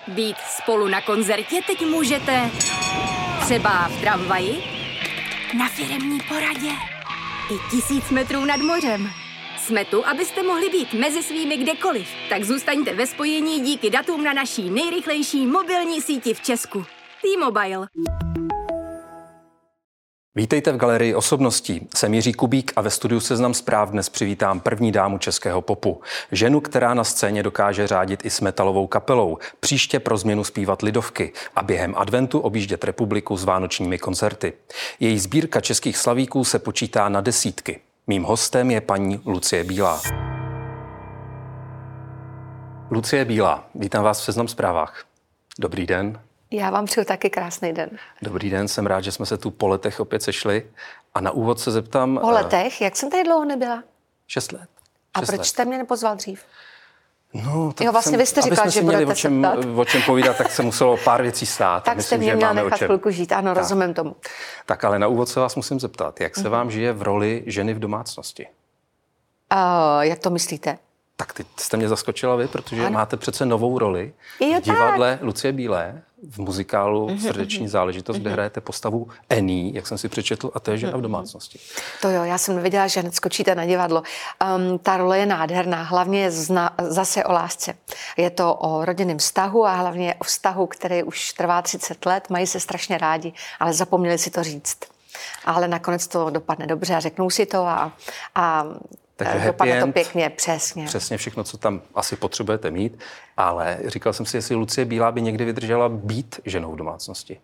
Být spolu na koncertě teď můžete třeba v tramvaji, na firemní poradě i 1000 metrů nad mořem. Jsme tu, abyste mohli být mezi svými kdekoliv. Tak zůstaňte ve spojení díky datům na naší nejrychlejší mobilní síti v Česku. T-Mobile. Vítejte v Galerii osobností. Jsem Jiří Kubík a ve studiu Seznam zpráv dnes přivítám první dámu českého popu. Ženu, která na scéně dokáže řádit i s metalovou kapelou, příště pro změnu zpívat lidovky a během adventu objíždět republiku s vánočními koncerty. Její sbírka českých slavíků se počítá na desítky. Mým hostem je paní Lucie Bílá. Lucie Bílá, vítám vás v Seznam zprávách. Dobrý den. Já vám přeju taky krásný den. Dobrý den, jsem rád, že jsme se tu po letech opět sešli. A na úvod se zeptám... Po letech? Jak jsem tady dlouho nebyla? 6 let. A proč jste mě nepozval dřív? No, tak jo, vlastně vy jste říkal, že budete se ptát. O čem povídat, tak se muselo pár věcí stát. Tak jste mě měl nechat chvilku žít, ano, tak. Rozumím tomu. Tak ale na úvod se vás musím zeptat, jak se vám žije v roli ženy v domácnosti? Jak to myslíte? Tak teď jste mě zaskočila vy, protože máte přece novou roli v divadle Lucie Bílé, v muzikálu Srdeční záležitost, kde hrajete postavu Annie, jak jsem si přečetl, a to je žena v domácnosti. To jo, já jsem nevěděla, že hned skočíte na divadlo. Ta role je nádherná, hlavně je zase o lásce. Je to o rodinném vztahu a hlavně o vztahu, který už trvá 30 let, mají se strašně rádi, ale zapomněli si to říct. Ale nakonec to dopadne dobře a řeknou si to a dopadne to pěkně, přesně. Přesně všechno, co tam asi potřebujete mít, ale říkal jsem si, jestli Lucie Bílá by někdy vydržela být ženou v domácnosti.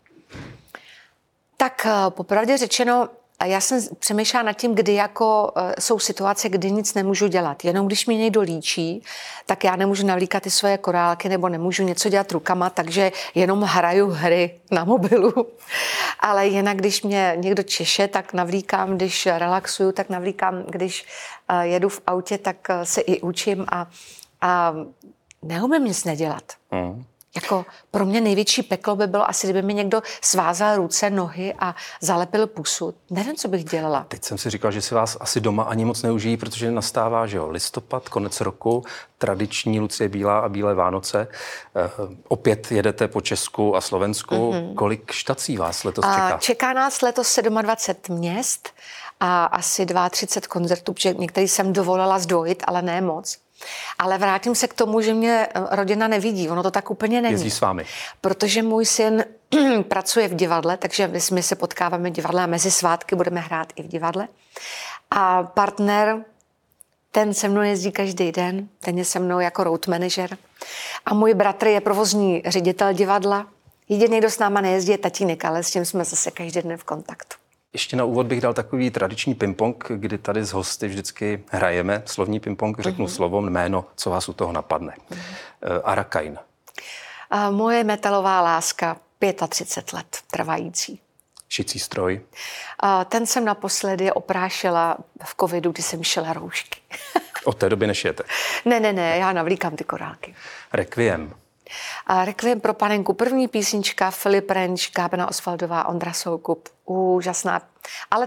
Tak popravdě řečeno, já jsem přemýšlela nad tím, kdy jako jsou situace, kdy nic nemůžu dělat. Jenom když mě někdo líčí, tak já nemůžu navlíkat ty svoje korálky nebo nemůžu něco dělat rukama, takže jenom hraju hry na mobilu. Ale jinak, když mě někdo češe, tak navlíkám, když relaxuju, tak navlíkám, když jedu v autě, tak se i učím a neumím nic nedělat. Jako pro mě největší peklo by bylo asi, kdyby mi někdo svázal ruce, nohy a zalepil pusu. Nevím, co bych dělala. Teď jsem si říkal, že si vás asi doma ani moc neužijí, protože nastává, že jo, listopad, konec roku, tradiční Lucie Bílá a Bílé Vánoce. Opět jedete po Česku a Slovensku. Kolik štací vás letos čeká? Čeká nás letos 27 měst a asi 32 koncertů, protože některý jsem dovolila zdvojit, ale ne moc. Ale vrátím se k tomu, že mě rodina nevidí. Ono to tak úplně není. Jezdí s vámi. Protože můj syn pracuje v divadle, takže my se potkáváme v divadle a mezi svátky budeme hrát i v divadle. A partner, ten se mnou jezdí každý den, ten je se mnou jako road manager. A můj bratr je provozní ředitel divadla. Jediný, kdo s náma nejezdí, je tatínek, ale s tím jsme zase každý den v kontaktu. Ještě na úvod bych dal takový tradiční ping-pong, kdy tady s hosty vždycky hrajeme slovní ping-pong, řeknu slovo, jméno, co vás u toho napadne. Arakain. Moje metalová láska, 35 let trvající. Šicí stroj. Ten jsem naposledy oprášila v covidu, kdy jsem šila roušky. Od té doby nešijete? Ne, já navlíkám ty korálky. Requiem. Requiem pro panenku. První písnička, Filip Renč, Gábena Osvaldová, Ondra Soukup. Úžasná. Ale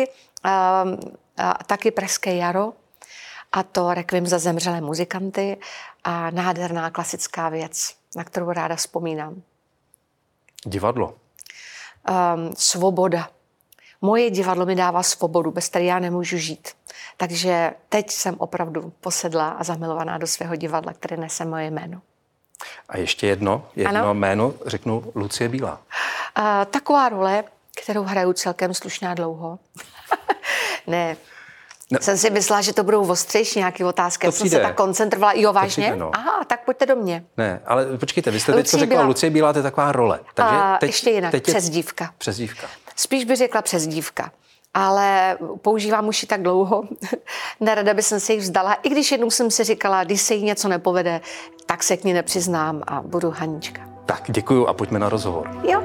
taky Pražské jaro. A to Requiem za zemřelé muzikanty. A nádherná klasická věc, na kterou ráda vzpomínám. Divadlo. Svoboda. Moje divadlo mi dává svobodu, bez které já nemůžu žít. Takže teď jsem opravdu posedlá a zamilovaná do svého divadla, které nese moje jméno. A ještě jedno jméno, řeknu Lucie Bílá. Taková role, kterou hraju celkem slušně a dlouho. Ne. Jsem si myslela, že to budou ostřejší nějaké otázky. Já jsem se tak koncentrovala. Jo, vážně? Přijde, no. Aha, tak pojďte do mě. Ne, ale počkejte, vy jste teď to řekla, Lucie Bílá, to je taková role. Takže ještě jinak, přezdívka. Přezdívka. Spíš bych řekla přezdívka. Ale používám už ji tak dlouho. Nerada bych se jich vzdala. I když jednou jsem si říkala, když se jí něco nepovede, tak se k ní nepřiznám a budu Hanička. Tak, děkuju a pojďme na rozhovor. Jo.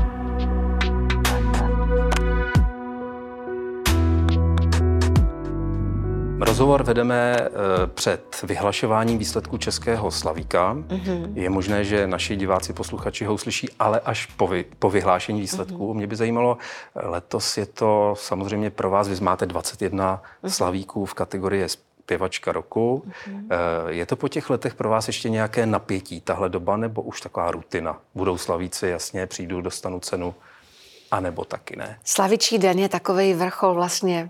Rozhovor vedeme před vyhlašováním výsledků Českého slavíka. Je možné, že naši diváci, posluchači ho uslyší, ale až po vyhlášení výsledků. Mě by zajímalo, letos je to samozřejmě pro vás, vy máte 21 slavíků v kategorii zpěvačka roku. Je to po těch letech pro vás ještě nějaké napětí, tahle doba, nebo už taková rutina? Budou slavíci, jasně, přijdu, dostanu cenu, anebo taky ne? Slavičí den je takovej vrchol vlastně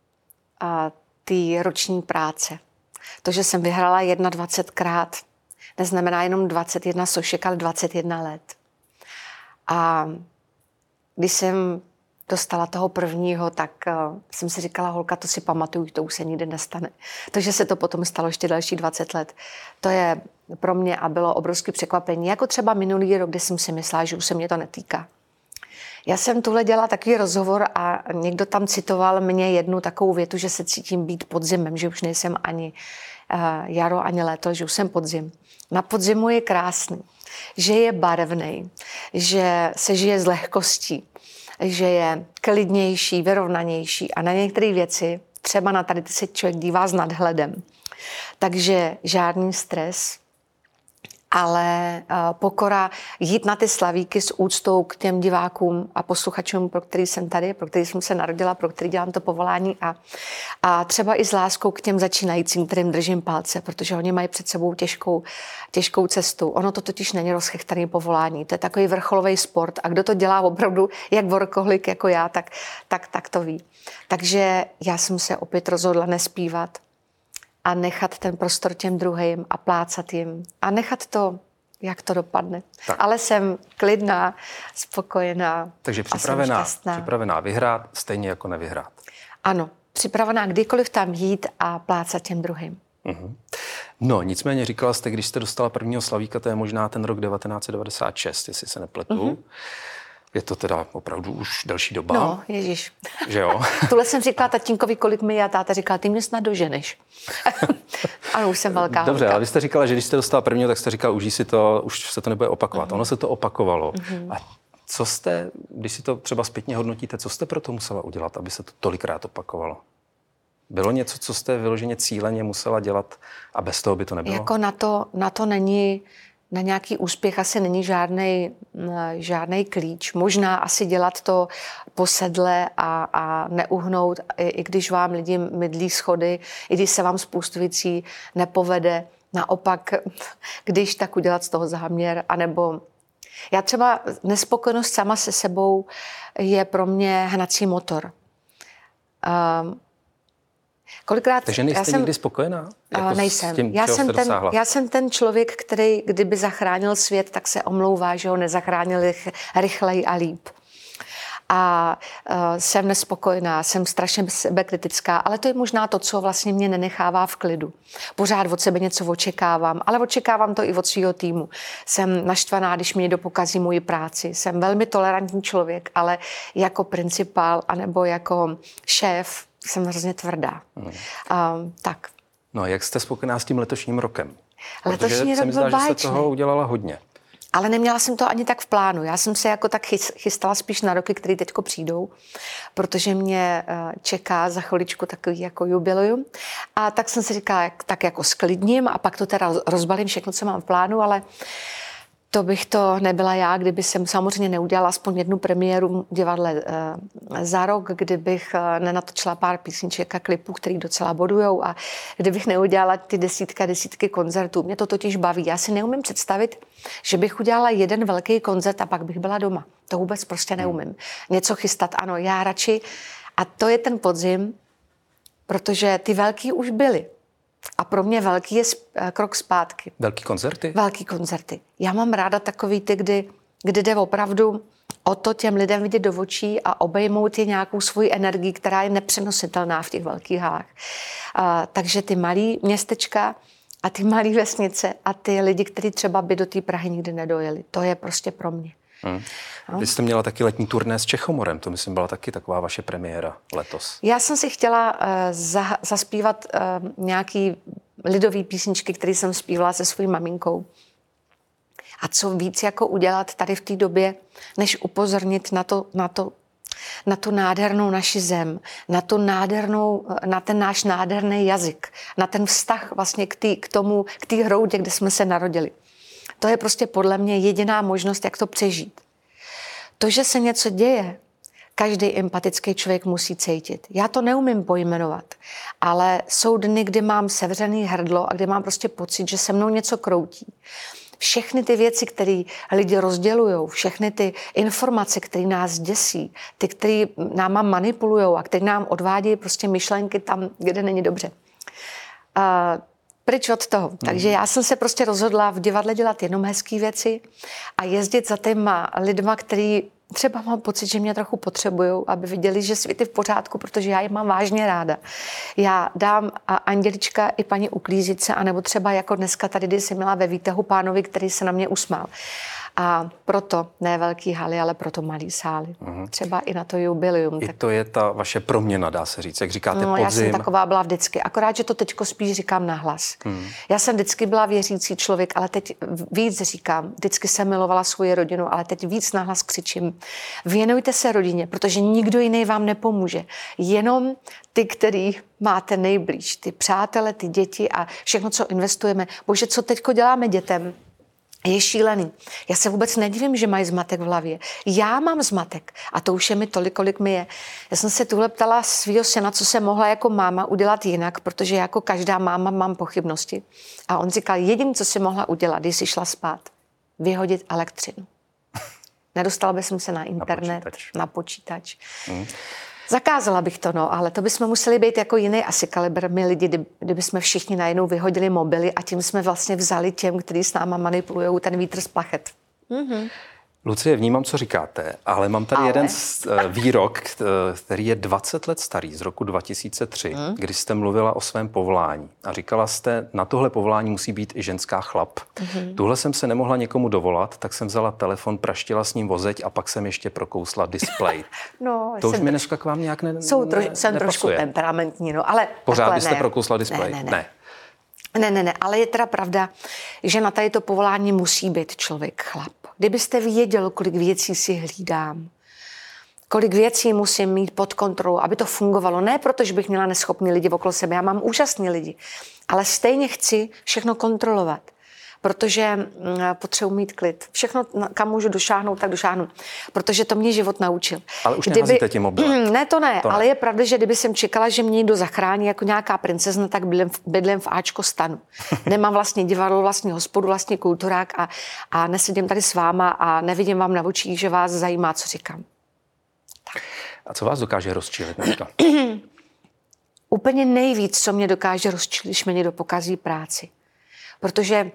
té roční práce. To, že jsem vyhrála 21krát, neznamená jenom 21 sošek, ale 21 let. A když jsem dostala toho prvního, tak jsem si říkala, holka, to si pamatuju, to už se nikdy nestane. To, že se to potom stalo ještě další 20 let, to je pro mě a bylo obrovské překvapení. Jako třeba minulý rok, kdy jsem si myslela, že už se mě to netýká. Já jsem tuhle dělala takový rozhovor a někdo tam citoval mě jednu takovou větu, že se cítím být podzimem, že už nejsem ani jaro, ani léto, že už jsem podzim. Na podzimu je krásný, že je barevný, že se žije s lehkostí, že je klidnější, vyrovnanější a na některé věci, třeba na tady se člověk dívá s nadhledem. Takže žádný stres, ale pokora jít na ty slavíky s úctou k těm divákům a posluchačům, pro který jsem tady, pro který jsem se narodila, pro který dělám to povolání a třeba i s láskou k těm začínajícím, kterým držím palce, protože oni mají před sebou těžkou cestu. Ono to totiž není rozchechtaný povolání, to je takový vrcholový sport a kdo to dělá opravdu jak workoholik jako já, tak to ví. Takže já jsem se opět rozhodla nespívat, a nechat ten prostor těm druhým a plácat jim. A nechat to, jak to dopadne. Tak. Ale jsem klidná, spokojená. Takže připravená vyhrát, stejně jako nevyhrát. Ano, připravená kdykoliv tam jít a plácat těm druhým. No, nicméně říkala jste, když jste dostala prvního slavíka, to je možná ten rok 1996, jestli se nepletu. Je to teda opravdu už delší doba. No, ježiš. Že jo? Tohle jsem říkala tatínkovi, kolik mi je, a táta říkala, ty mě snad doženeš. Ano, už jsem velká Dobře, holka. ale vy jste říkala, že když jste dostala prvního, tak jste říkala, užij si to, už se to nebude opakovat. Ono se to opakovalo. A co jste, když si to třeba zpětně hodnotíte, co jste pro to musela udělat, aby se to tolikrát opakovalo? Bylo něco, co jste vyloženě cíleně musela dělat a bez toho by to nebylo? Jako na to není, na nějaký úspěch asi není žádnej klíč. Možná asi dělat to posedle a neuhnout, i když vám lidi mydlí schody, i když se vám spoustu věcí nepovede. Naopak, když tak udělat z toho záměr, anebo já třeba nespokojenost sama se sebou je pro mě hnací motor. Kolikrát, takže nejste nikdy spokojená? Jako nejsem. Tím, já jsem ten člověk, který kdyby zachránil svět, tak se omlouvá, že ho nezachránil rychleji a líp. A jsem nespokojená, jsem strašně sebekritická, ale to je možná to, co vlastně mě nenechává v klidu. Pořád od sebe něco očekávám, ale očekávám to i od svého týmu. Jsem naštvaná, když mi někdo pokazí moji práci. Jsem velmi tolerantní člověk, ale jako principál anebo jako šéf jsem hrozně tvrdá. Tak. No a jak jste spokojená s tím letošním rokem? Letošní rok byl báječný. Že jste toho udělala hodně. Ale neměla jsem to ani tak v plánu. Já jsem se jako tak chystala spíš na roky, které teďko přijdou, protože mě čeká za chviličku takový jako jubileum. A tak jsem si říkala, tak jako sklidním a pak to teda rozbalím všechno, co mám v plánu, ale to bych to nebyla já, kdyby jsem samozřejmě neudělala aspoň jednu premiéru v divadle za rok, kdybych nenatočila pár písniček a klipů, který docela bodujou a kdybych neudělala ty desítky koncertů. Mě to totiž baví. Já si neumím představit, že bych udělala jeden velký koncert a pak bych byla doma. To vůbec prostě neumím. Něco chystat, ano, já radši. A to je ten podzim, protože ty velký už byly. A pro mě velký je krok zpátky. Velký koncerty? Velký koncerty. Já mám ráda takový ty, kdy jde opravdu o to těm lidem vidět do očí a obejmout je nějakou svoji energii, která je nepřenositelná v těch velkých halách. Takže ty malý městečka a ty malé vesnice a ty lidi, kteří třeba by do té Prahy nikdy nedojeli. To je prostě pro mě. No. Vy jste měla taky letní turné s Čechomorem, to myslím byla taky taková vaše premiéra letos. Já jsem si chtěla zaspívat nějaký lidový písničky, které jsem zpívala se svojí maminkou. A co víc jako udělat tady v té době, než upozornit na tu nádhernou naši zem, na ten náš nádherný jazyk, na ten vztah vlastně k té hroudě, kde jsme se narodili. To je prostě podle mě jediná možnost, jak to přežít. To, že se něco děje, každý empatický člověk musí cítit. Já to neumím pojmenovat, ale jsou dny, kdy mám sevřený hrdlo a kdy mám prostě pocit, že se mnou něco kroutí. Všechny ty věci, které lidi rozdělují, všechny ty informace, které nás děsí, ty, které náma manipulují a které nám odvádějí prostě myšlenky tam, kde není dobře. Pryč od toho. Takže já jsem se prostě rozhodla v divadle dělat jenom hezký věci a jezdit za těma lidma, který třeba mám pocit, že mě trochu potřebujou, aby viděli, že svět je v pořádku, protože já je mám vážně ráda. Já dám Andělička i paní uklízice, anebo třeba jako dneska tady, kdy jsem měla ve výtahu pánovi, který se na mě usmál. A proto ne velký haly, ale proto malý sály. Třeba i na to jubileum. I to je ta vaše proměna, dá se říct. Jak říkáte, no, podzim. Já jsem taková byla vždycky. Akorát, že to teďko spíš říkám nahlas. Já jsem vždycky byla věřící člověk, ale teď víc říkám. Vždycky jsem milovala svoji rodinu, ale teď víc nahlas křičím. Věnujte se rodině, protože nikdo jiný vám nepomůže. Jenom ty, který máte nejblíž. Ty přátele, ty děti a všechno, co investujeme. Bože, co teďko děláme dětem? Je šílený. Já se vůbec nedivím, že mají zmatek v hlavě. Já mám zmatek a to už je mi tolik, kolik mi je. Já jsem se tuhle ptala svýho syna, co se mohla jako máma udělat jinak, protože jako každá máma mám pochybnosti. A on říkal, jediné, co si mohla udělat, když si šla spát, vyhodit elektřinu. Nedostala bych se na internet, na počítač. Zakázala bych to, no, ale to bychom museli být jako jiný asi kalibr my lidi, kdyby jsme všichni najednou vyhodili mobily a tím jsme vlastně vzali těm, kteří s náma manipulujou ten vítr z plachet. Lucie, vnímám, co říkáte, ale mám tady jeden výrok, který je 20 let starý, z roku 2003, kdy jste mluvila o svém povolání a říkala jste, na tohle povolání musí být i ženská chlap. Tuhle jsem se nemohla někomu dovolat, tak jsem vzala telefon, praštila s ním vozeď a pak jsem ještě prokousla displej. No, to už mi dneska k vám nějak jsem trošku temperamentní, no, ale pořád byste prokousla displej? Ne, ale je teda pravda, že na tady to povolání musí být člověk chlap. Kdybyste věděl, kolik věcí si hlídám, kolik věcí musím mít pod kontrolou, aby to fungovalo. Ne proto, že bych měla neschopný lidi okolo sebe, já mám úžasný lidi, ale stejně chci všechno kontrolovat, protože potřebuji mít klid. Všechno, kam můžu došáhnout, tak došáhnu, protože to mě život naučil. Ale už nehazíte tím mobilem. Ne, to ne, ale je pravda, že kdyby jsem čekala, že mě někdo zachrání jako nějaká princezna, tak bydlím v Ačko stanu. Nemám vlastně divadlo, vlastní hospodu, vlastní kulturák a nesedím tady s váma a nevidím vám na očích, že vás zajímá, co říkám. Tak. A co vás dokáže rozčilit dneska? Úplně nejvíc, co mě dokáže rozčilit, když mě někdo pokazí práci. Protože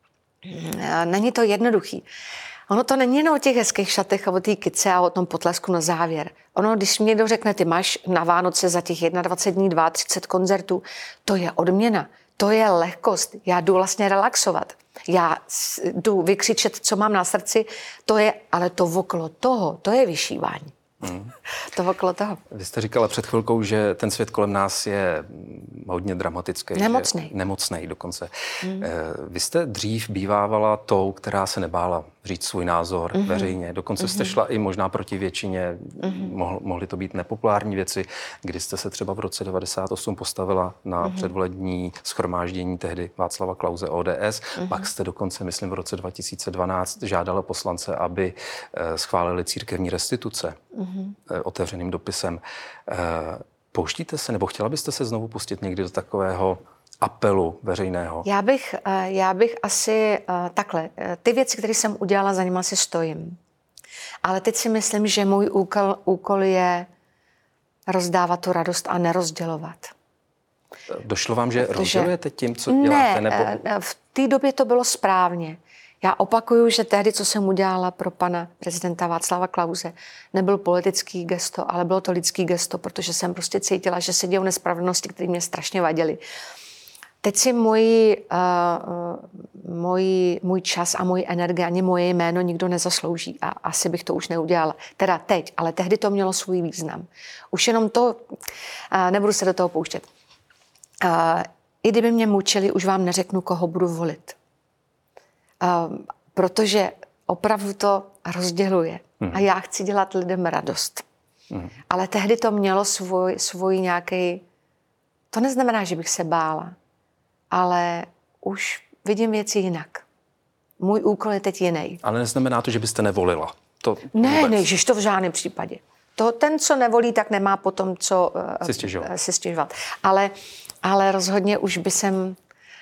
není to jednoduchý. Ono to není jen o těch hezkých šatech a o té kyce a o tom potlesku na závěr. Ono, když mi někdo řekne, ty máš na Vánoce za těch 21 dní 32 koncertů, to je odměna, to je lehkost. Já jdu vlastně relaxovat. Já jdu vykřičet, co mám na srdci, to je, ale to okolo toho, to je vyšívání. To okolo toho. Vy jste říkala před chvilkou, že ten svět kolem nás je hodně dramatický. Nemocnej dokonce. Vy jste dřív bývávala tou, která se nebála říct svůj názor veřejně. Dokonce jste šla i možná proti většině. Mohly to být nepopulární věci, kdy jste se třeba v roce 98 postavila na předvolební shromáždění tehdy Václava Klause ODS. Pak jste dokonce, myslím, v roce 2012 žádala poslance, aby schválili církevní restituce otevřeným dopisem. Pouštíte se, nebo chtěla byste se znovu pustit někdy do takového apelu veřejného? Já bych asi takhle. Ty věci, které jsem udělala, za nima si stojím. Ale teď si myslím, že můj úkol je rozdávat tu radost a nerozdělovat. Došlo vám, že rozdělujete tím, co děláte? Nebo... v té době to bylo správně. Já opakuju, že tehdy, co jsem udělala pro pana prezidenta Václava Klause, nebyl politický gesto, ale bylo to lidský gesto, protože jsem prostě cítila, že se dějou nespravedlnosti, které mě strašně vadily. Teď si můj čas a můj energie ani moje jméno nikdo nezaslouží a asi bych to už neudělala. Teda teď, ale tehdy to mělo svůj význam. Už jenom to, nebudu se do toho pouštět. I kdyby mě mučili, už vám neřeknu, koho budu volit. Protože opravdu to rozděluje. A já chci dělat lidem radost. Ale tehdy to mělo svůj nějaký... To neznamená, že bych se bála, ale už vidím věci jinak. Můj úkol je teď jiný. Ale neznamená to, že byste nevolila? Ne, že to v žádném případě. Ten, co nevolí, tak nemá potom co si stěžovat. Ale rozhodně už by jsem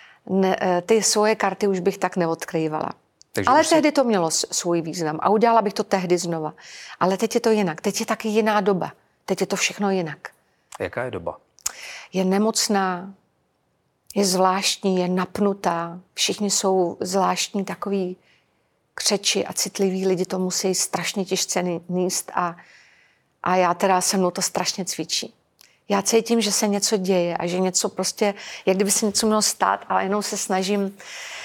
ty svoje karty už bych tak neodkrývala. Ale tehdy to mělo svůj význam a udělala bych to tehdy znova. Ale teď je to jinak. Teď je taky jiná doba. Teď je to všechno jinak. Jaká je doba? Je nemocná, je zvláštní, je napnutá. Všichni jsou zvláštní takový křeči a citliví lidi to musí strašně těžce níst a já teda se mnou to strašně cvičí. Já cítím, že se něco děje a že něco prostě, jak kdyby se něco mělo stát a jenom se snažím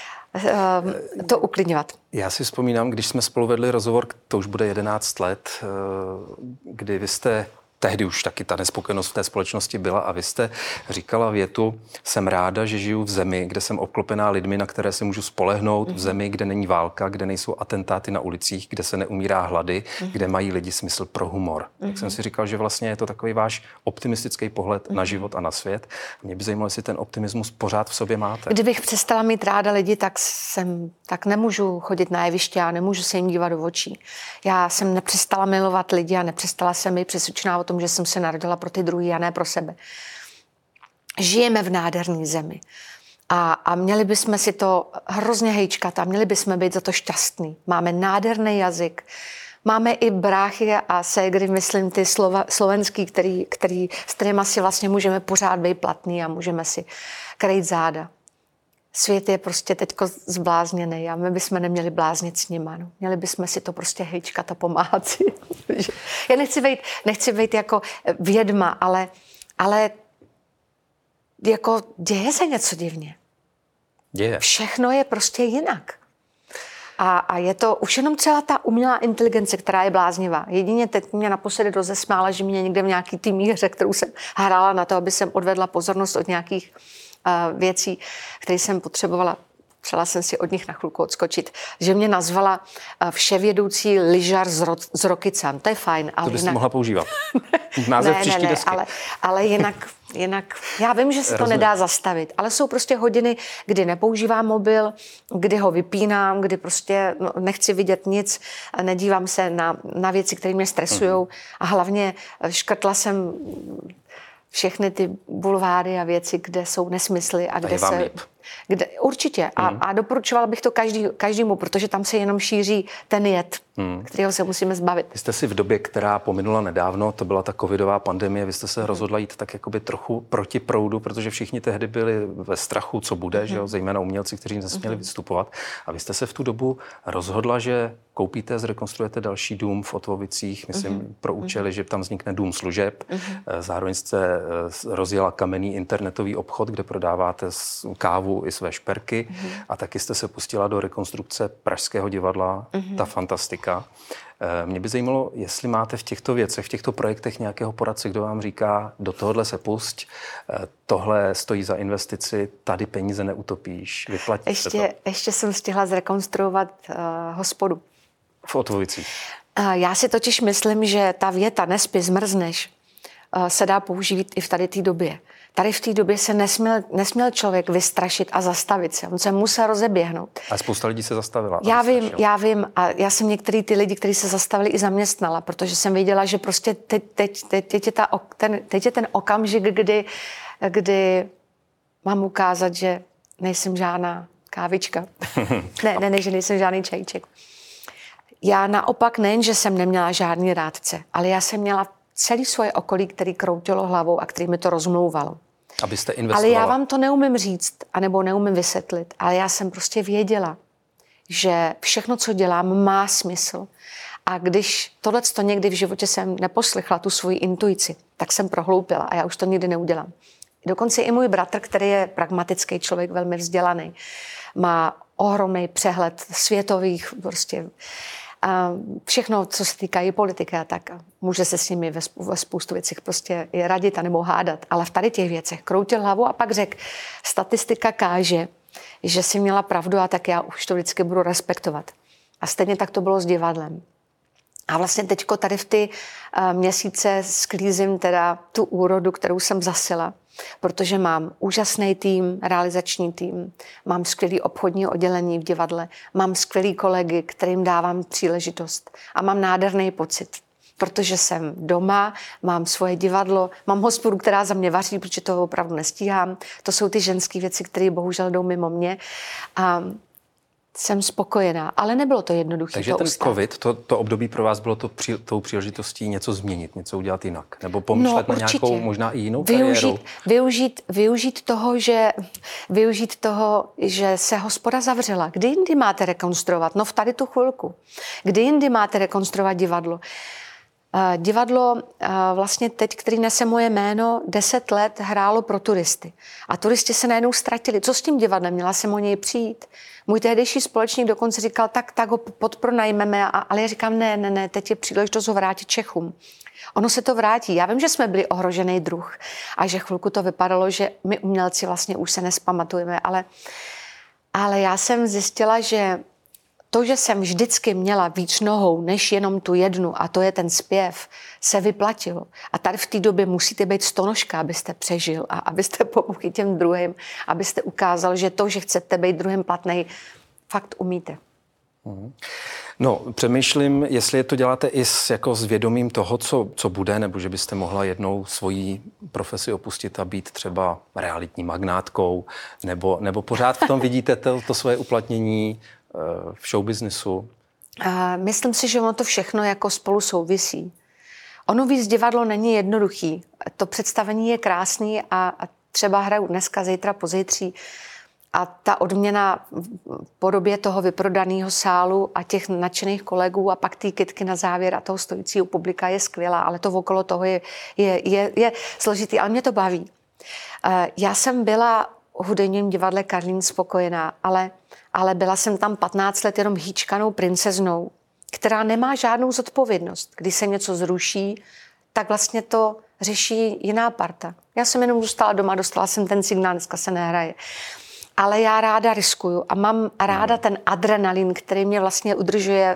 to uklidňovat. Já si vzpomínám, když jsme spolu vedli rozhovor, to už bude 11 let, kdy vy jste, tehdy už taky ta nespokojenost v té společnosti byla a vy jste říkala větu, jsem ráda, že žiju v zemi, kde jsem obklopená lidmi, na které se můžu spolehnout, v zemi, kde není válka, kde nejsou atentáty na ulicích, kde se neumírá hlady, kde mají lidi smysl pro humor. Tak jsem si říkal, že vlastně je to takový váš optimistický pohled na život a na svět. Mě by zajímalo, jestli ten optimismus pořád v sobě máte. Kdybych přestala mít ráda lidi, tak nemůžu chodit na jeviště a nemůžu se jim dívat do očí. Já jsem nepřestala milovat lidi a nepřestala jsem ji přesvědčená o tom, že jsem se narodila pro ty druhý a ne pro sebe. Žijeme v nádherné zemi a měli bychom si to hrozně hejčkat a měli bychom být za to šťastný. Máme nádherný jazyk, máme i bráchy a ségry, myslím, ty slovenský, s kterýma si vlastně můžeme pořád být platný a můžeme si krejt záda. Svět je prostě teďko zblázněný a my bychom neměli bláznit s nima. No. Měli bychom si to prostě hejčkat a pomáhat si. Já nechci být jako vědma, ale jako děje se něco divně. Děje. Všechno je prostě jinak. A je to už jenom celá ta umělá inteligence, která je bláznivá. Jedině teď mě naposledy rozesmála, že mě někde v nějaký té míře, kterou jsem hrála na to, aby jsem odvedla pozornost od nějakých věcí, které jsem potřebovala. Přela jsem si od nich na chvilku odskočit, že mě nazvala vševědoucí lyžař z Rokycan. To je fajn. Ale to byste jinak... mohla používat. Název příští desky. Ale jinak, já vím, že se to nedá zastavit, ale jsou prostě hodiny, kdy nepoužívám mobil, kdy ho vypínám, kdy prostě nechci vidět nic, nedívám se na věci, které mě stresujou a hlavně škrtla jsem všechny ty bulváry a věci, kde jsou nesmysly a kde se... Určitě. A doporučovala bych to každému, protože tam se jenom šíří ten jed, kterého se musíme zbavit. Vy jste si v době, která pominula nedávno, to byla ta covidová pandemie, vy jste se rozhodla jít tak jakoby trochu proti proudu, protože všichni tehdy byli ve strachu, co bude, že jo? Zejména umělci, kteří nesměli vystupovat. A vy jste se v tu dobu rozhodla, že koupíte, zrekonstruujete další dům v Otvovicích, myslím, pro účely, že tam vznikne dům služeb. Zároveň jste rozjela kamenný internetový obchod, kde prodáváte kávu i své šperky a taky jste se pustila do rekonstrukce Pražského divadla, ta fantastika. Mě by zajímalo, jestli máte v těchto věcech, v těchto projektech nějakého poradce, kdo vám říká, do tohohle se pusť, tohle stojí za investici, tady peníze neutopíš, vyplatí se to. Ještě jsem stihla zrekonstruovat hospodu. V Otvovicích. Já si totiž myslím, že ta věta nespí, zmrzneš, se dá použít i v tady té době. Tady v té době se nesměl člověk vystrašit a zastavit se. On se musel rozeběhnout. A spousta lidí se zastavila. Já vím. A já jsem některý ty lidi, kteří se zastavili, i zaměstnala, protože jsem věděla, že prostě teď je ten okamžik, kdy mám ukázat, že nejsem žádná kávička. ne, že nejsem žádný čajíček. Já naopak nejen, že jsem neměla žádný rádce, ale já jsem měla celé svoje okolí, který kroutilo hlavou a který mi to rozmlouvalo. Abyste investovala. Ale já vám to neumím říct, anebo neumím vysvětlit, ale já jsem prostě věděla, že všechno, co dělám, má smysl. A když tohleto někdy v životě jsem neposlechla, tu svoji intuici, tak jsem prohloupila a já už to nikdy neudělám. Dokonce i můj bratr, který je pragmatický člověk, velmi vzdělaný, má ohromný přehled světových prostě a všechno, co se týká i politiky a tak. Může se s nimi ve spoustu věcech prostě i radit anebo hádat. Ale v tady těch věcech kroutil hlavu a pak řekl, statistika káže, že jsi měla pravdu a tak já už to vždycky budu respektovat. A stejně tak to bylo s divadlem. A vlastně teďko tady v ty měsíce sklízím teda tu úrodu, kterou jsem zasila, protože mám úžasný tým, realizační tým, mám skvělý obchodní oddělení v divadle, mám skvělý kolegy, kterým dávám příležitost a mám nádherný pocit. protože jsem doma, mám svoje divadlo, mám hospodu, která za mě vaří, protože toho opravdu nestíhám. To jsou ty ženské věci, které bohužel jdou mimo mě. A jsem spokojená, ale nebylo to jednoduché. Takže ten covid, to období pro vás bylo tou příležitostí něco změnit, něco udělat jinak? Nebo pomýšlet na nějakou možná i jinou kariéru? Využít toho, že se hospoda zavřela. Kdy jindy máte rekonstruovat? No v tady tu chvilku. Kdy jindy máte rekonstruovat divadlo? Divadlo vlastně teď, který nese moje jméno, 10 let hrálo pro turisty. A turisti se najednou ztratili. Co s tím divadlem? Měla jsem o něj přijít. Můj tehdejší společník dokonce říkal, tak ho podpronajmeme, ale já říkám, ne, teď je příležitost ho vrátit Čechům. Ono se to vrátí. Já vím, že jsme byli ohrožený druh a že chvilku to vypadalo, že my umělci vlastně už se nespamatujeme, ale já jsem zjistila, že to, že jsem vždycky měla víc nohou než jenom tu jednu, a to je ten zpěv, se vyplatilo. A tady v té době musíte být stonožka, abyste přežil a abyste pomohli těm druhým, abyste ukázal, že to, že chcete být druhým platnej, fakt umíte. No, přemýšlím, jestli to děláte i s vědomím toho, co bude, nebo že byste mohla jednou svoji profesi opustit a být třeba realitní magnátkou, nebo pořád v tom vidíte to svoje uplatnění v showbiznesu? Myslím si, že ono to všechno spolu souvisí. Ono víc divadlo není jednoduchý. To představení je krásný a třeba hraju dneska, zítra, pozítří a ta odměna v podobě toho vyprodaného sálu a těch nadšených kolegů a pak ty kytky na závěr a toho stojícího publika je skvělá, ale to okolo toho je složitý, ale mě to baví. Já jsem byla v hudebním divadle Karlín spokojená, ale byla jsem tam 15 let jenom hýčkanou princeznou, která nemá žádnou zodpovědnost. Když se něco zruší, tak vlastně to řeší jiná parta. Já jsem jenom zůstala doma, dostala jsem ten signál, dneska se nehraje. Ale já ráda riskuju a mám ráda ten adrenalin, který mě vlastně udržuje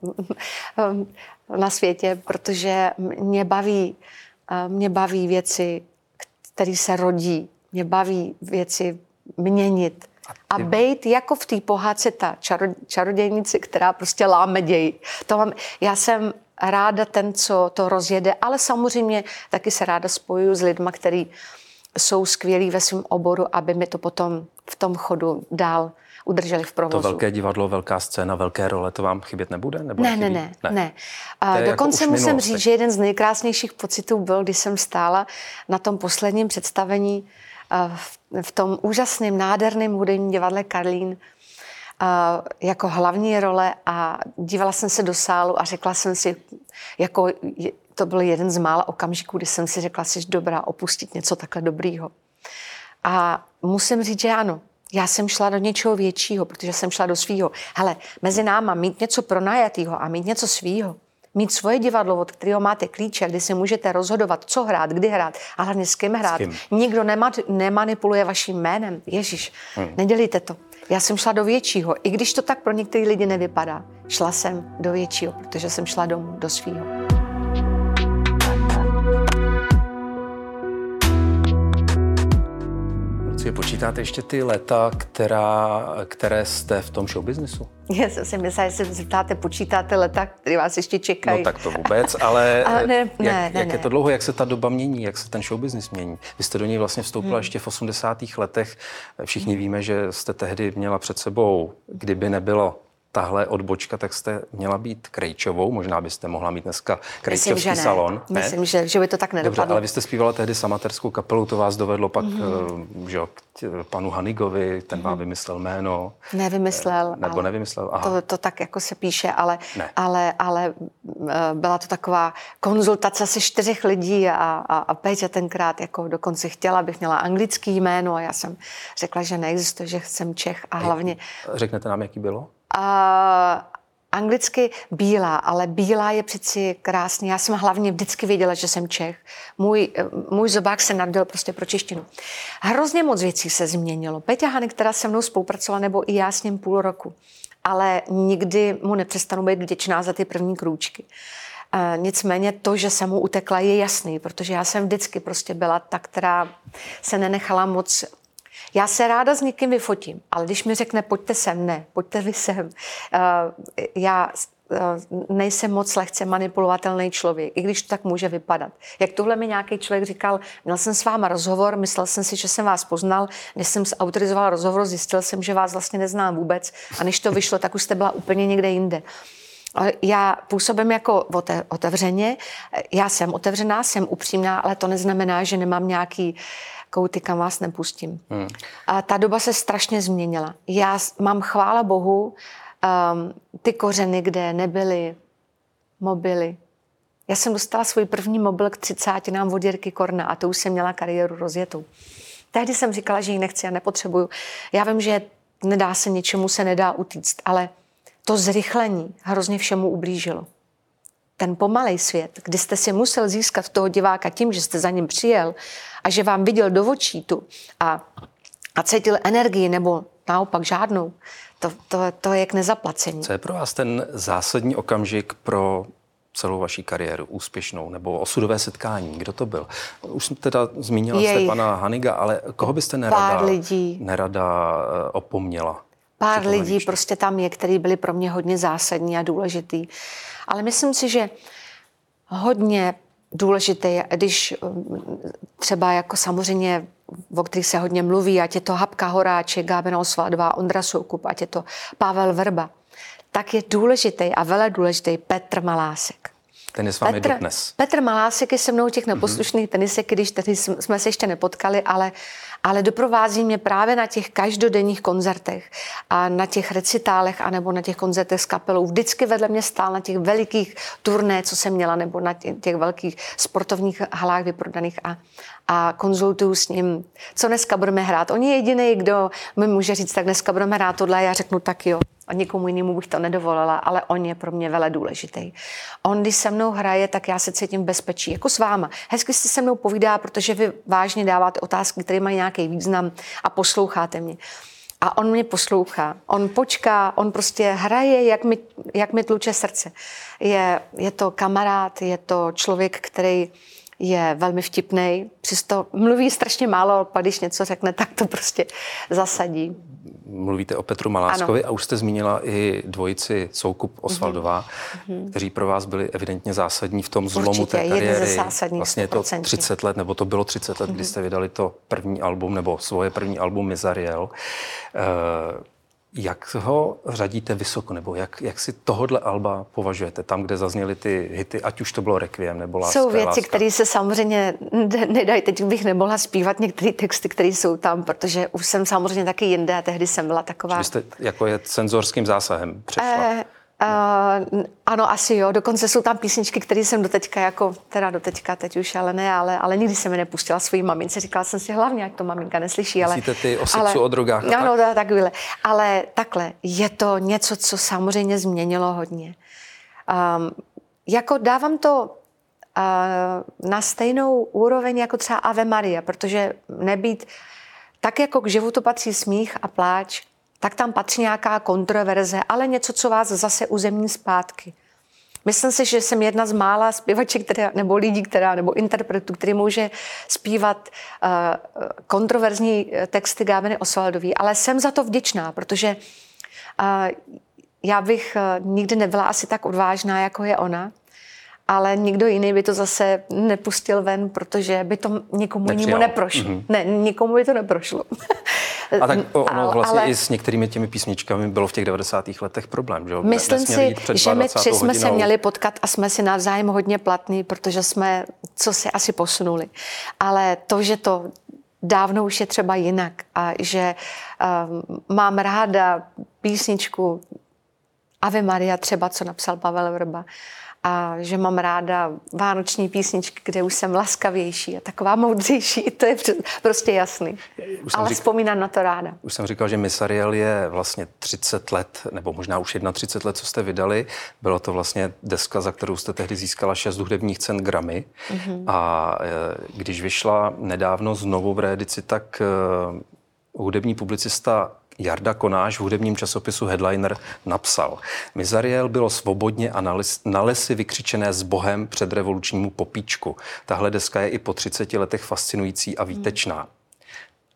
na světě, protože mě baví věci, které se rodí. Mě baví věci měnit. A bejt jako v té pohádce ta čarodějnice, která prostě láme děj. Já jsem ráda ten, co to rozjede, ale samozřejmě taky se ráda spojuju s lidma, kteří jsou skvělí ve svém oboru, aby mi to potom v tom chodu dál udrželi v provozu. To velké divadlo, velká scéna, velké role, to vám chybět nebude? Nebo Ne. Dokonce musím říct, že jeden z nejkrásnějších pocitů byl, když jsem stála na tom posledním představení v tom úžasném, nádherném hudebním divadle Karlín jako hlavní role a dívala jsem se do sálu a řekla jsem si, to byl jeden z mála okamžiků, kdy jsem si řekla, jsi dobrá opustit něco takhle dobrýho. A musím říct, že ano, já jsem šla do něčeho většího, protože jsem šla do svýho. Hele, mezi náma mít něco pronajatýho a mít něco svýho, mít svoje divadlo, od kterého máte klíče, kdy si můžete rozhodovat, co hrát, kdy hrát a hlavně s kým hrát. Nikdo nemanipuluje vaším jménem. Ježiš, nedělejte to. Já jsem šla do většího, i když to tak pro některé lidi nevypadá. Šla jsem do většího, protože jsem šla domů, do svýho. Počítáte ještě ty léta, které jste v tom showbiznesu? Já jsem si myslela, že se zeptáte, počítáte léta, které vás ještě čekají. No tak to vůbec, ale jak je to dlouho, jak se ta doba mění, jak se ten showbiznis mění? Vy jste do něj vlastně vstoupila ještě v 80. letech. Všichni víme, že jste tehdy měla před sebou, kdyby nebylo tahle odbočka, tak jste měla být Krejčovou. Možná byste mohla mít dneska Krejčovský salon. Myslím, že by to tak nedopadlo. Dobře, ale vy jste zpívala tehdy s amatérskou kapelou, to vás dovedlo pak k panu Hanigovi, ten vám vymyslel jméno. Nevymyslel. Nebo nevymyslel, aha. To tak jako se píše, ale byla to taková konzultace se 4 lidí a Péťa tenkrát jako dokonce chtěla, abych měla anglický jméno a já jsem řekla, že neexistuje, že jsem Čech a hlavně... Řeknete nám, jaký bylo? Anglicky Bílá, ale Bílá je přeci krásný. Já jsem hlavně vždycky věděla, že jsem Čech. Můj zobák se narodil prostě pro češtinu. Hrozně moc věcí se změnilo. Péťa Hanik, která se mnou spolupracovala, nebo i já s ním půl roku. Ale nikdy mu nepřestanu být vděčná za ty první krůčky. Nicméně to, že jsem mu utekla, je jasný, protože já jsem vždycky prostě byla ta, která se nenechala moc... Já se ráda s někým vyfotím, ale když mi řekne, pojďte sem, ne, pojďte vy sem. Já nejsem moc lehce manipulovatelný člověk, i když to tak může vypadat. Jak tohle mi nějaký člověk říkal, měl jsem s váma rozhovor, myslel jsem si, že jsem vás poznal, než jsem autorizoval rozhovor, zjistil jsem, že vás vlastně neznám vůbec a než to vyšlo, tak už jste byla úplně někde jinde. Já působím jako otevřeně, já jsem otevřená, jsem upřímná, ale to neznamená, že nemám nějaký kouty, kam vás nepustím. A ta doba se strašně změnila. Já mám, chvála Bohu, ty kořeny, kde nebyly mobily. Já jsem dostala svůj první mobil k 30 od Jirky Korna a to už jsem měla kariéru rozjetou. Tehdy jsem říkala, že ji nechci a nepotřebuju. Já vím, že nedá se něčemu, se nedá utíct, ale to zrychlení hrozně všemu ublížilo. Ten pomalej svět, kdy jste si musel získat toho diváka tím, že jste za ním přijel a že vám viděl do očí tu a cítil energii nebo naopak žádnou, to je k nezaplacení. Co je pro vás ten zásadní okamžik pro celou vaší kariéru úspěšnou nebo osudové setkání? Kdo to byl? Už jsem teda zmínila jste pana Haniga, ale koho byste nerada opomněla? Pár lidí prostě tam je, který byli pro mě hodně zásadní a důležitý. Ale myslím si, že hodně důležité, když třeba jako samozřejmě, o kterých se hodně mluví, ať je to Habka Horáček, Gábina Osvaldová, Ondra Soukup, ať je to Pavel Vrba, tak je důležitý a vele důležitý Petr Malásek. Ten je s vámi dodnes. Petr Malásek je se mnou těch neposlušných tenisek, když tady jsme se ještě nepotkali, ale doprovází mě právě na těch každodenních koncertech a na těch recitálech anebo na těch koncertech s kapelou. Vždycky vedle mě stál na těch velikých turné, co jsem měla, nebo na těch velkých sportovních halách vyprodaných a konzultuju s ním, co dneska budeme hrát. On je jediný, kdo mi může říct, tak dneska budeme hrát tohle a já řeknu tak jo. A nikomu jinému bych to nedovolila, ale on je pro mě vele důležitý. On, když se mnou hraje, tak já se cítím v bezpečí, jako s váma. Hezky si se mnou povídá, protože vy vážně dáváte otázky, které mají nějaký význam a posloucháte mě. A on mě poslouchá, on počká, on prostě hraje, jak mi tluče srdce. Je to kamarád, je to člověk, který je velmi vtipnej, přesto mluví strašně málo, pak když něco řekne, tak to prostě zasadí. Mluvíte o Petru Maláskovi a už jste zmínila i dvojici Soukup Osvaldová, kteří pro vás byli evidentně zásadní v tom zlomu té kariéry. Vlastně je to 30 let, nebo to bylo 30 let, kdy jste vydali to první album, nebo svoje první album Mizariel. Jak ho řadíte vysoko, nebo jak si tohodle alba považujete, tam, kde zazněly ty hity, ať už to bylo Requiem nebo Láska? Jsou věci, které se samozřejmě nedají, teď bych nemohla zpívat některé texty, které jsou tam, protože už jsem samozřejmě taky jinde a tehdy jsem byla taková... Vy jste jako je cenzorským zásahem přešla? Ano, asi jo. Dokonce jsou tam písničky, které jsem doteďka, teď už ale ne, ale nikdy jsem mi nepustila svojí mamince. Říkala jsem si hlavně, ať to maminka neslyší. Myslíte ty o sexu, o drogách? Ano, takhle. Ale takhle, je to něco, co samozřejmě změnilo hodně. Jako dávám to na stejnou úroveň jako třeba Ave Maria, protože nebýt tak jako k životu patří smích a pláč, tak tam patří nějaká kontroverze, ale něco, co vás zase uzemní zpátky. Myslím si, že jsem jedna z mála zpěvaček, nebo lidí, nebo interpretů, který může zpívat kontroverzní texty Gábiny Osvaldové, ale jsem za to vděčná, protože já bych nikdy nebyla asi tak odvážná, jako je ona, ale nikdo jiný by to zase nepustil ven, protože by to nikomu jinému neprošlo. Ne, nikomu by to neprošlo. A tak ono vlastně i s některými těmi písničkami bylo v těch 90. letech problém, že jo? Myslím si, že my tři jsme se měli potkat a jsme si navzájem hodně platní, protože jsme co se asi posunuli. Ale to, že to dávno už je třeba jinak a že mám ráda písničku Ave Maria třeba, co napsal Pavel Vrba, a že mám ráda vánoční písničky, kde už jsem laskavější a taková moudřejší, to je prostě jasný. Ale vzpomínám na to ráda. Už jsem říkal, že Mizariel je vlastně 30 let, nebo možná už 31 let, co jste vydali. Bylo to vlastně deska, za kterou jste tehdy získala 6 hudebních cen Grammy. A když vyšla nedávno znovu v reedici, tak hudební publicista Jarda Konáš v hudebním časopisu Headliner napsal: Mizariel bylo svobodně a na lesy vykřičené s Bohem předrevolučnímu popíčku. Tahle deska je i po 30 letech fascinující a výtečná.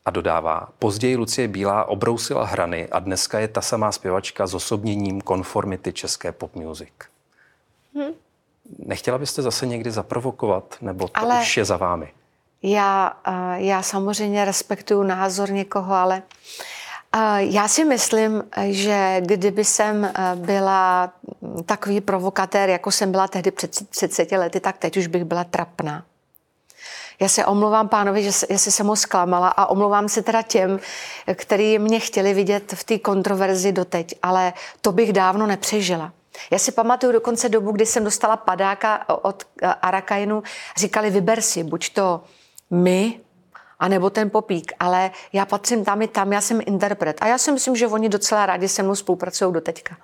A dodává, později Lucie Bílá obrousila hrany a dneska je ta samá zpěvačka s osobněním konformity české pop music. Nechtěla byste zase někdy zaprovokovat, nebo to už je za vámi? Já samozřejmě respektuju názor někoho, ale já si myslím, že kdyby jsem byla takový provokatér, jako jsem byla tehdy před 30 lety, tak teď už bych byla trapná. Já se omlouvám pánovi, že jestli jsem ho zklamala a omlouvám se teda těm, kteří mě chtěli vidět v té kontroverzi doteď, ale to bych dávno nepřežila. Já si pamatuju dokonce dobu, kdy jsem dostala padáka od Arakainu, říkali, vyber si, buď to my, anebo ten Popík, ale já patřím tam i tam, já jsem interpret. A já si myslím, že oni docela rádi se mnou spolupracují doteďka.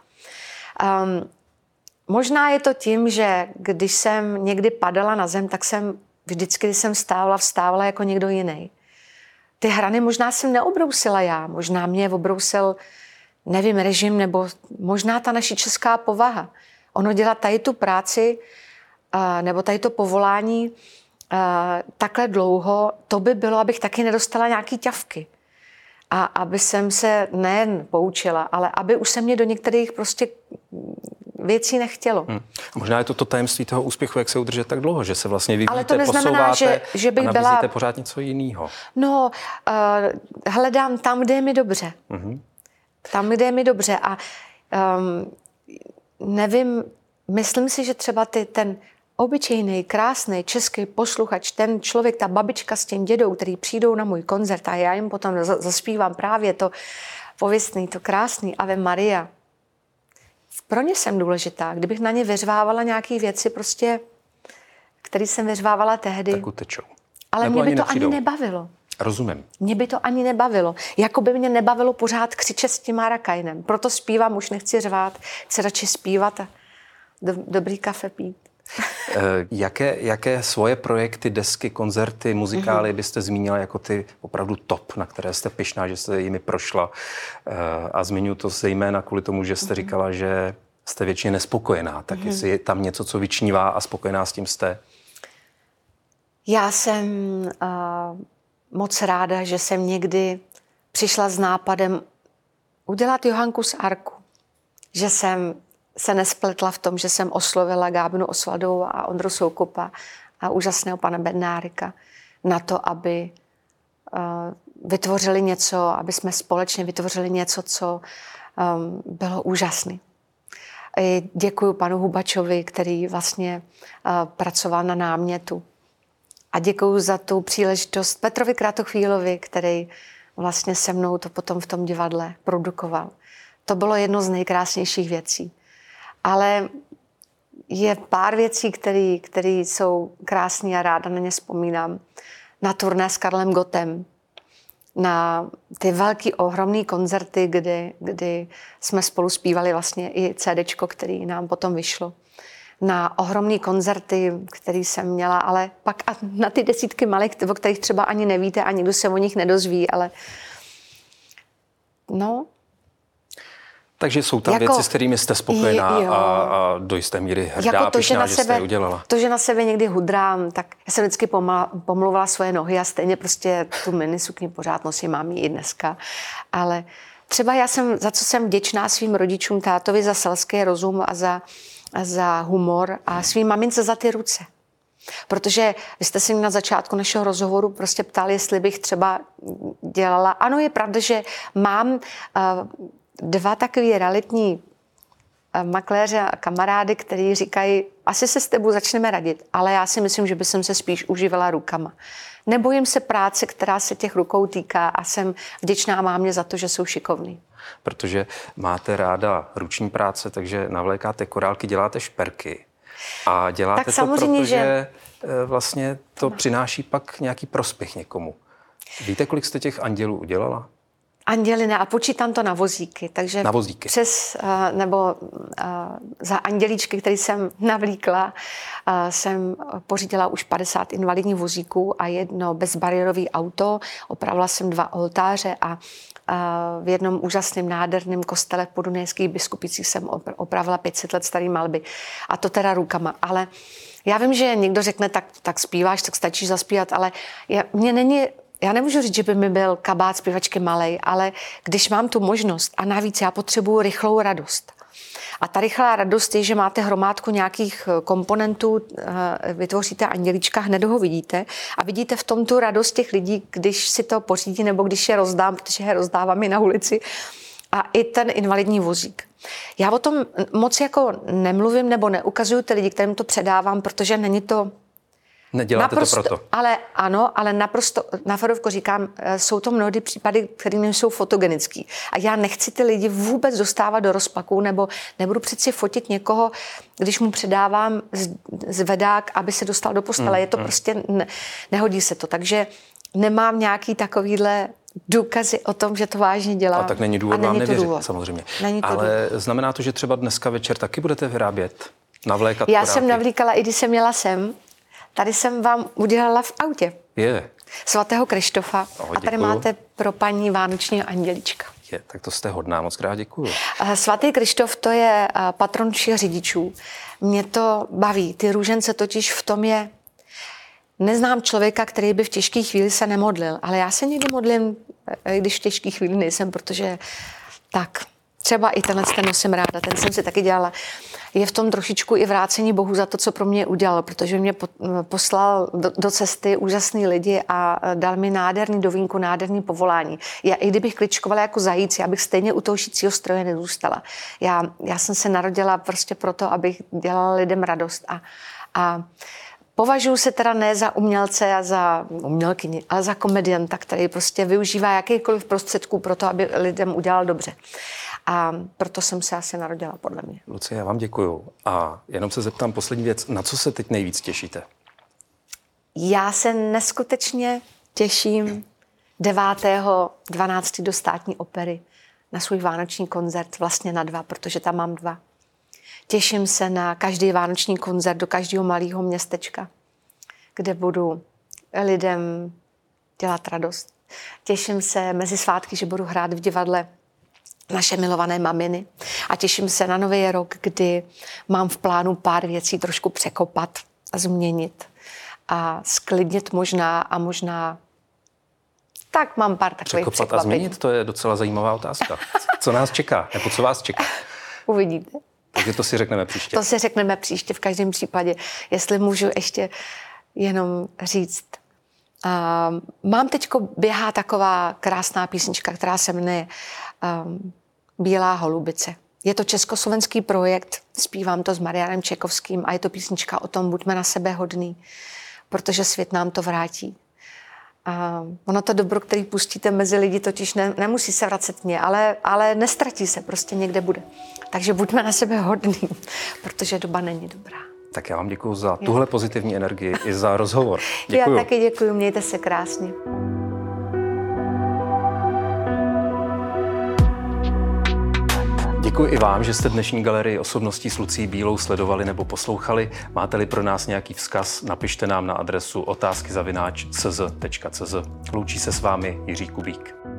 Možná je to tím, že když jsem někdy padala na zem, tak jsem vždycky, když jsem vstávala jako někdo jiný. Ty hrany možná jsem neobrousila já, možná mě obrousil, nevím, režim, nebo možná ta naše česká povaha. Ono dělat tady tu práci, nebo tady to povolání takhle dlouho, to by bylo, abych taky nedostala nějaký ťavky. A aby jsem se nejen poučila, ale aby už se mě do některých prostě věcí nechtělo. A možná je to tajemství toho úspěchu, jak se udržet tak dlouho, že se vlastně vyvíjíte, ale to neznamená, posouváte že bych a nabízíte pořád něco jiného. No, hledám tam, kde je mi dobře. Tam, kde je mi dobře. A nevím, myslím si, že třeba ten obyčejný, krásný český posluchač, ten člověk, ta babička s tím dědou, který přijdou na můj koncert a já jim potom zaspívám právě to pověstný, to krásný Ave Maria. Pro ně jsem důležitá. Kdybych na ně vyřvávala nějaké věci, prostě, které jsem vyřvávala tehdy. Tak utečou. Ale nebo mě by to ani nebavilo. Rozumím. Mě by to ani nebavilo. Jako by mě nebavilo pořád křičet s tím Arakainem. Proto zpívám, už nechci řvát, chci radši zpívat a dobrý kafe pít. Jaké svoje projekty, desky, koncerty, muzikály byste zmínila jako ty opravdu top, na které jste pyšná, že jste jimi prošla? A zmiňuji to zejména kvůli tomu, že jste říkala, že jste většině nespokojená. Tak jestli je tam něco, co vyčnívá a spokojená s tím jste? Já jsem moc ráda, že jsem někdy přišla s nápadem udělat Johanku z Arku. Že jsem se nespletla v tom, že jsem oslovila Gábinu Osvaldovou a Ondru Soukupa a úžasného pana Bednárika na to, aby vytvořili něco, aby jsme společně vytvořili něco, co bylo úžasné. Děkuji panu Hubačovi, který vlastně pracoval na námětu. A děkuji za tu příležitost Petrovi Kratochvílovi, který vlastně se mnou to potom v tom divadle produkoval. To bylo jedno z nejkrásnějších věcí. Ale je pár věcí, které jsou krásné a ráda na ně vzpomínám. Na turné s Karlem Gottem, na ty velký, ohromný koncerty, kdy jsme spolu zpívali vlastně i CDčko, který nám potom vyšlo. Na ohromný koncerty, který jsem měla, ale pak a na ty desítky malých, o kterých třeba ani nevíte a nikdo se o nich nedozví, ale no. Takže jsou tam věci, s kterými jste spokojená a do jisté míry hrdá a pyšná, že jste je udělala. To, že na sebe někdy hudrám, tak já jsem vždycky pomlouvala svoje nohy a stejně prostě tu minisukni pořád nosím, mám ji i dneska. Ale třeba za co jsem vděčná svým rodičům, tátovi za selský rozum a za humor a svým mamince za ty ruce. Protože vy jste si mě na začátku našeho rozhovoru prostě ptali, jestli bych třeba dělala. Ano, je pravda, že mám dva takový realitní makléře a kamarády, kteří říkají, asi se s tebou začneme radit, ale já si myslím, že bych se spíš užívala rukama. Nebojím se práce, která se těch rukou týká a jsem vděčná mámě za to, že jsou šikovní. Protože máte ráda ruční práce, takže navlékáte korálky, děláte šperky. A děláte tak to, protože vlastně to přináší pak nějaký prospěch někomu. Víte, kolik jste těch andělů udělala? Anděly ne, a počítám to na vozíky. Takže na vozíky. Za andělíčky, které jsem navlíkla, jsem pořídila už 50 invalidních vozíků a jedno bezbariérový auto. Opravila jsem 2 oltáře a v jednom úžasném nádherném kostele v Podunajských Biskupicích jsem opravila 500 let starý malby. A to teda rukama. Ale já vím, že někdo řekne, tak zpíváš, tak stačí zaspívat, ale mně není já nemůžu říct, že by mi byl kabát zpěvačky malej, ale když mám tu možnost a navíc já potřebuju rychlou radost. A ta rychlá radost je, že máte hromádku nějakých komponentů, vytvoříte andělíčka, hned ho vidíte a vidíte v tom tu radost těch lidí, když si to pořídí nebo když je rozdám, protože je rozdávám i na ulici. A i ten invalidní vozík. Já o tom moc jako nemluvím nebo neukazuju ty lidi, kterým to předávám, protože není to... Neděláte naprosto, to proto. Ale ano, ale naprosto na férovku říkám, jsou to mnohdy případy, které nejsou fotogenický. A já nechci ty lidi vůbec dostávat do rozpaků, nebo nebudu přeci fotit někoho, když mu předávám zvedák, aby se dostal do postele. Je to prostě, nehodí se to. Takže nemám nějaký takovýhle důkazy o tom, že to vážně dělám. A tak není důvod vám nevěřit, důvod. samozřejmě. Ale znamená to, že třeba dneska večer taky budete vyrábět? Navlékat Já poráky? jsem navlíkala, i když jsem měla sem. Tady jsem vám udělala v autě. Svatého Krištofa. A tady máte pro paní vánočního andělíčka. Tak to jste hodná, moc krát děkuju. Svatý Krištof, to je patron všech řidičů. Mě to baví. Ty růžence totiž v tom je... Neznám člověka, který by v těžké chvíli se nemodlil, ale já se někdy modlím, když v těžké chvíli nejsem, protože tak, třeba i ten nosím ráda, ten jsem si taky dělala. Je v tom trošičku i vrácení Bohu za to, co pro mě udělal, protože mě poslal do cesty úžasný lidi a dal mi nádherný do vínku, nádherný povolání. Já, i kdybych kličkovala jako zajíc, já bych stejně u toho šícího stroje nezůstala. Já jsem se narodila prostě proto, abych dělala lidem radost a považuji se teda ne za umělce a za umělkyni, ale za komedianta, který prostě využívá jakýkoliv prostředků pro to, aby lidem udělal dobře. A proto jsem se asi narodila, podle mě. Lucie, já vám děkuju. A jenom se zeptám poslední věc. Na co se teď nejvíc těšíte? Já se neskutečně těším 9.12. do Státní opery na svůj vánoční koncert, vlastně na 2, protože tam mám 2. Těším se na každý vánoční koncert do každého malého městečka, kde budu lidem dělat radost. Těším se mezi svátky, že budu hrát v divadle Naše milované maminy. A těším se na nový rok, kdy mám v plánu pár věcí trošku překopat a změnit. A sklidnit možná tak mám pár takových překopat překvapení. A změnit, to je docela zajímavá otázka. Co nás čeká? Nebo co vás čeká? Uvidíte. Takže to si řekneme příště. To si řekneme příště v každém případě. Jestli můžu ještě jenom říct. Mám teďko běhá taková krásná písnička, která se jmenuje Bílá holubice. Je to československý projekt, zpívám to s Marianem Čekovským a je to písnička o tom, buďme na sebe hodný, protože svět nám to vrátí. Ono to dobro, který pustíte mezi lidi, totiž nemusí se vracet mě, ale nestratí se, prostě někde bude. Takže buďme na sebe hodný, protože doba není dobrá. Tak já vám děkuju za tuhle pozitivní energii i za rozhovor. Děkuju. Já taky děkuju, mějte se krásně. Děkuji i vám, že jste dnešní galerii osobností s Lucií Bílou sledovali nebo poslouchali. Máte-li pro nás nějaký vzkaz, napište nám na adresu otázky@cz.cz. Loučí se s vámi Jiří Kubík.